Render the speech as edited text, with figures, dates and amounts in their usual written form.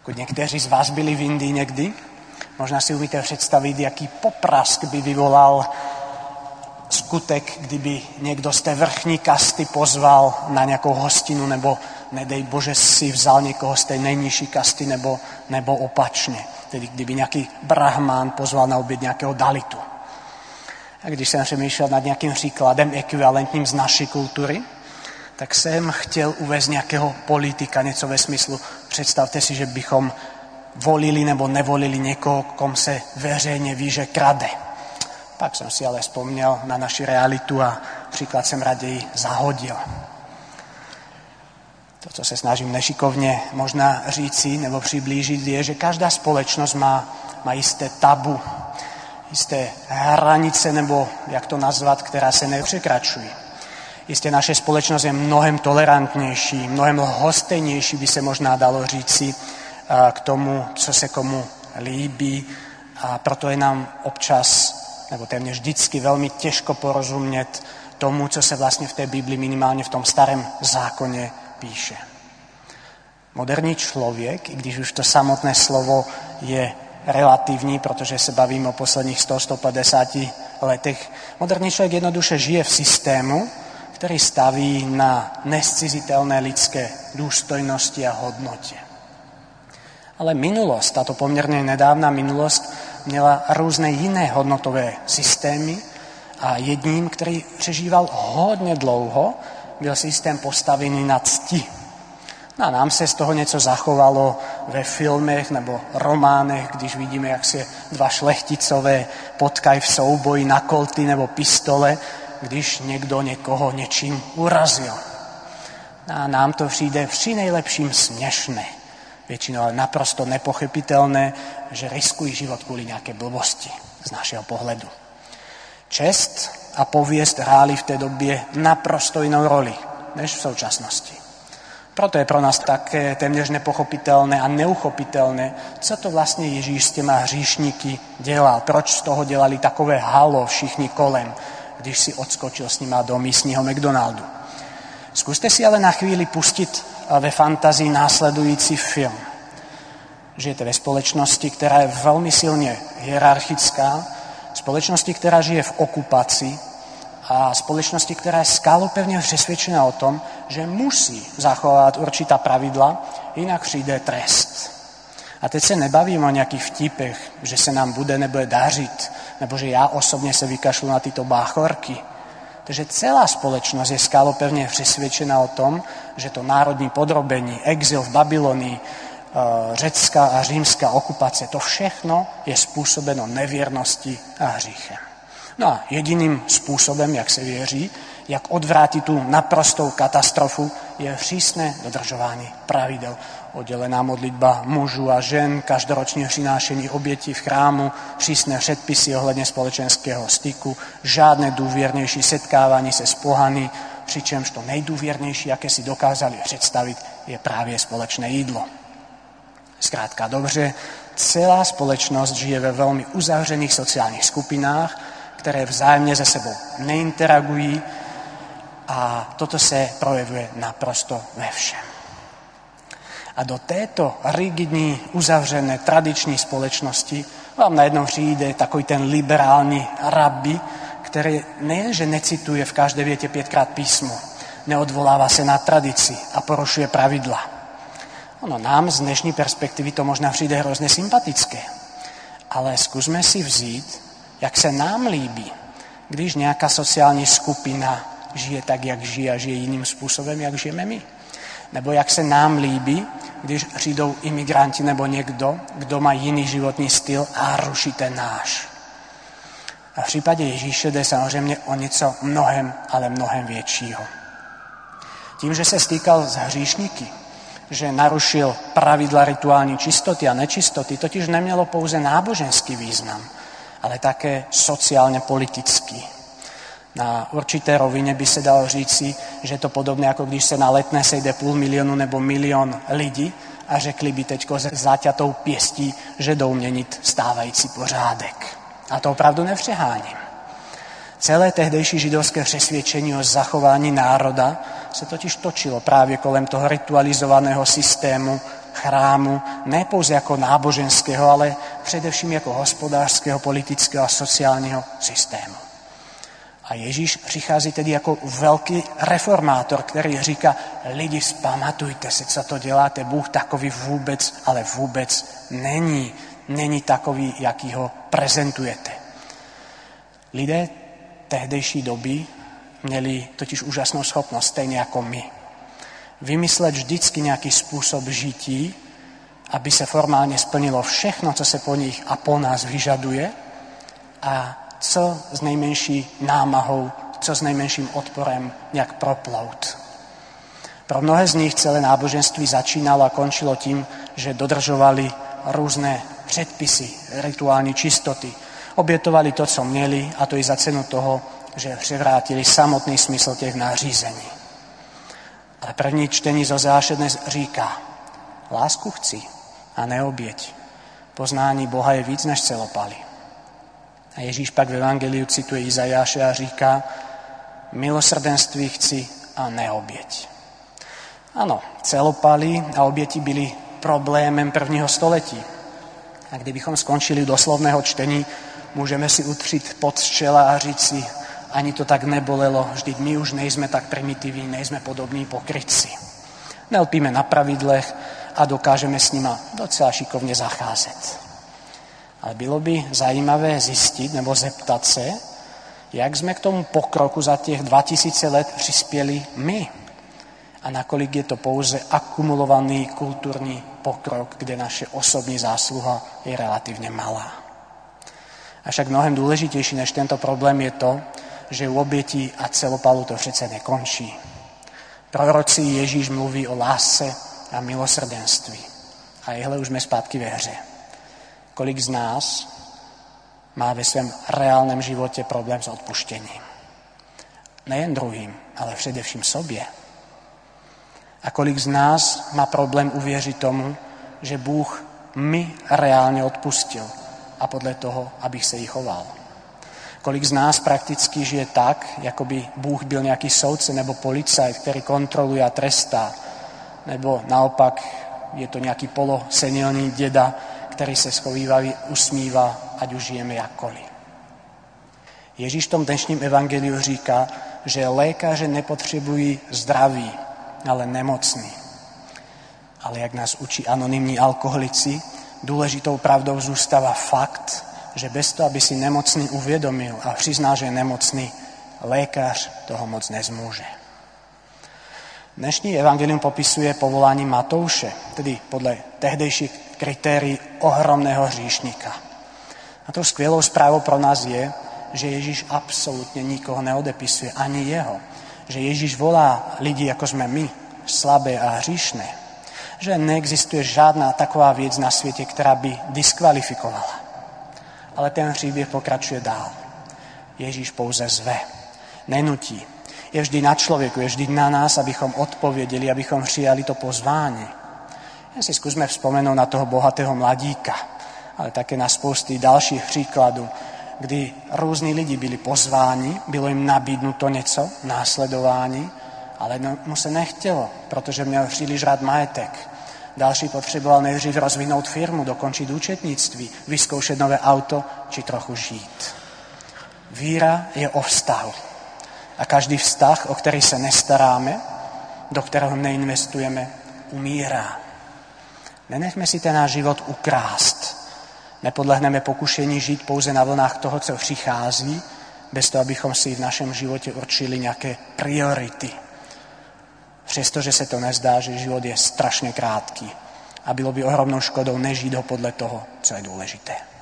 Pokud někteří z vás byli v Indii někdy, možná si umíte představit, jaký poprask by vyvolal skutek, kdyby někdo z té vrchní kasty pozval na nějakou hostinu, nebo nedej Bože si vzal někoho z té nejnižší kasty, nebo opačně. Tedy kdyby nějaký brahmán pozval na oběd nějakého dalitu. A když jsem přemýšlel nad nějakým příkladem ekvivalentním z naší kultury, tak jsem chtěl uvést nějakého politika, něco ve smyslu, představte si, že bychom volili nebo nevolili někoho, kom se veřejně ví, že krade. Pak jsem si ale vzpomněl na naši realitu a příklad jsem raději zahodil. To, co se snažím nešikovně možná říci nebo přiblížit, je, že každá společnost má jisté tabu, jisté hranice, nebo jak to nazvat, která se nepřekračují. Jistě naše společnost je mnohem tolerantnější, mnohem lhostejnější, by se možná dalo říci, k tomu, co se komu líbí. A proto je nám občas, nebo téměř vždycky velmi těžko porozumět tomu, co se vlastně v té Bibli, minimálně v tom starém zákoně, píše. Moderní člověk, i když už to samotné slovo je relativní, protože se bavíme o posledních 100-150 letech, moderní člověk jednoduše žije v systému, který staví na nezcizitelné lidské důstojnosti a hodnotě. Ale minulost, tato poměrně nedávná minulost, měla různé jiné hodnotové systémy a jedním, který přežíval hodně dlouho, byl systém postavený na cti. No a nám se z toho něco zachovalo ve filmech nebo románech, když vidíme, jak se dva šlechticové potkají v souboji na kolty nebo pistole, když někdo někoho něčím urazil. A nám to přijde při nejlepším směšné. Většinou ale naprosto nepochopitelné, že riskují život kvůli nějaké blbosti z našeho pohledu. Čest a pověst hrály v té době naprosto jinou roli než v současnosti. Proto je pro nás také téměř nepochopitelné a neuchopitelné, co to vlastně Ježíš s těma hříšníky dělal. Proč z toho dělali takové halo všichni kolem, když si odskočil s nima do místního McDonaldu. Zkuste si ale na chvíli pustit ve fantazii následující film. Žijete ve společnosti, která je velmi silně hierarchická, společnosti, která žije v okupaci a společnosti, která je skálopevně přesvědčena o tom, že musí zachovat určitá pravidla, jinak přijde trest. A teď se nebavíme o nějakých vtipech, že se nám bude nebude dařit, nebo že já osobně se vykašlu na tyto báchorky. Takže celá společnost je skálopevně přesvědčena o tom, že to národní podrobení, exil v Babylonii, řecká a římská okupace, to všechno je způsobeno nevěrností a hříchem. No a jediným způsobem, jak se věří, jak odvrátit tu naprostou katastrofu, je přísné dodržování pravidel. Oddělená modlitba mužů a žen, každoroční přinášení obětí v chrámu, přísné předpisy ohledně společenského styku, žádné důvěrnější setkávání se s pohany, přičemž to nejdůvěrnější, jaké si dokázali představit, je právě společné jídlo. Zkrátka dobře, celá společnost žije ve velmi uzavřených sociálních skupinách, které vzájemně se sebou neinteragují a toto se projevuje naprosto ve všem. A do této rigidní, uzavřené, tradiční společnosti vám najednou přijde takový ten liberální rabbi, který nejenže necituje v každé větě 5krát písmo, neodvolává se na tradici a porušuje pravidla. Ono nám z dnešní perspektivy to možná přijde hrozně sympatické, ale zkusme si vzít, jak se nám líbí, když nějaká sociální skupina žije tak, jak žije a žije jiným způsobem, jak žijeme my. Nebo jak se nám líbí, když přijdou imigranti nebo někdo, kdo má jiný životní styl a ruší ten náš. A v případě Ježíše jde samozřejmě o něco mnohem, ale mnohem většího. Tím, že se stýkal s hříšníky, že narušil pravidla rituální čistoty a nečistoty, totiž nemělo pouze náboženský význam, ale také sociálně politický. Na určité rovině by se dalo říci, že je to podobné, jako když se na Letné sejde 500 000 nebo 1 000 000 lidí a řekli by teďko s záťatou pěstí, že jdou měnit stávající pořádek. A to opravdu nepřeháním. Celé tehdejší židovské přesvědčení o zachování národa se totiž točilo právě kolem toho ritualizovaného systému chrámu, ne pouze jako náboženského, ale především jako hospodářského, politického a sociálního systému. A Ježíš přichází tedy jako velký reformátor, který říká, lidi, vzpamatujte se, co to děláte, Bůh takový vůbec, ale vůbec není. Není takový, jaký ho prezentujete. Lidé tehdejší doby měli totiž úžasnou schopnost, stejně jako my. Vymyslet vždycky nějaký způsob žití, aby se formálně splnilo všechno, co se po nich a po nás vyžaduje a co s nejmenší námahou, co s nejmenším odporem nějak proplout. Pro mnohé z nich celé náboženství začínalo a končilo tím, že dodržovali různé předpisy, rituální čistoty. Obětovali to, co měli, a to i za cenu toho, že převrátili samotný smysl těch nařízení. Ale první čtení z Ozeáše dnes říká, lásku chci a ne oběť. Poznání Boha je víc než celopaly. A Ježíš pak v evangeliu cituje Izajáše a říká, milosrdenství chci a ne oběť. Ano, celopaly a oběti byly problémem prvního století. A kdybychom skončili doslovného čtení, můžeme si utřít pod z čela a říct si, ani to tak nebolelo, vždyť my už nejsme tak primitivní, nejsme podobní pokrytci. Nelpíme na pravidlech a dokážeme s nima docela šikovně zacházet. Ale bylo by zajímavé zjistit nebo zeptat se, jak jsme k tomu pokroku za těch 2000 let přispěli my a nakolik je to pouze akumulovaný kulturní pokrok, kde naše osobní zásluha je relativně malá. Avšak mnohem důležitější než tento problém je to, že u obětí a celopalu to přece nekončí. Proroci Ježíš mluví o lásce a milosrdenství. A jehle už jsme zpátky ve hře. Kolik z nás má ve svém reálném životě problém s odpuštěním? Nejen druhým, ale především sobě. A kolik z nás má problém uvěřit tomu, že Bůh mi reálně odpustil a podle toho, abych se jí choval? Kolik z nás prakticky žije tak, jako by Bůh byl nějaký soudce nebo policajt, který kontroluje a trestá, nebo naopak je to nějaký polosenilní děda, který se schovývavě usmívá, ať už žijeme jakkoliv. Ježíš v tom dnešním evangeliu říká, že lékaře nepotřebují zdraví, ale nemocní. Ale jak nás učí anonymní alkoholici, důležitou pravdou zůstává fakt, že bez toho, aby si nemocný uvědomil a přiznal, že je nemocný, lékař toho moc nezmůže. Dnešní evangelium popisuje povolání Matouše, tedy podle tehdejších kritérií ohromného hříšníka. A tou skvělou zprávou pro nás je, že Ježíš absolutně nikoho neodepisuje, ani jeho. Že Ježíš volá lidi, jako jsme my, slabé a hříšné. Že neexistuje žádná taková věc na světě, která by diskvalifikovala. Ale ten příběh pokračuje dál. Ježíš pouze zve, nenutí. Je vždy na člověku, je vždy na nás, abychom odpověděli, abychom přijali to pozvání. Jen si zkusme vzpomenout na toho bohatého mladíka, ale také na spousty dalších příkladů, kdy různí lidi byli pozváni, bylo jim nabídnuto něco, následování, ale mu se nechtělo, protože měl příliš rád majetek. Další potřeboval nejdřív rozvinout firmu, dokončit účetnictví, vyzkoušet nové auto či trochu žít. Víra je o vztahu. A každý vztah, o který se nestaráme, do kterého neinvestujeme, umírá. Nenechme si ten náš život ukrást. Nepodlehneme pokušení žít pouze na vlnách toho, co přichází, bez toho, abychom si v našem životě určili nějaké priority. Přestože se to nezdá, že život je strašně krátký a bylo by ohromnou škodou nežít ho podle toho, co je důležité.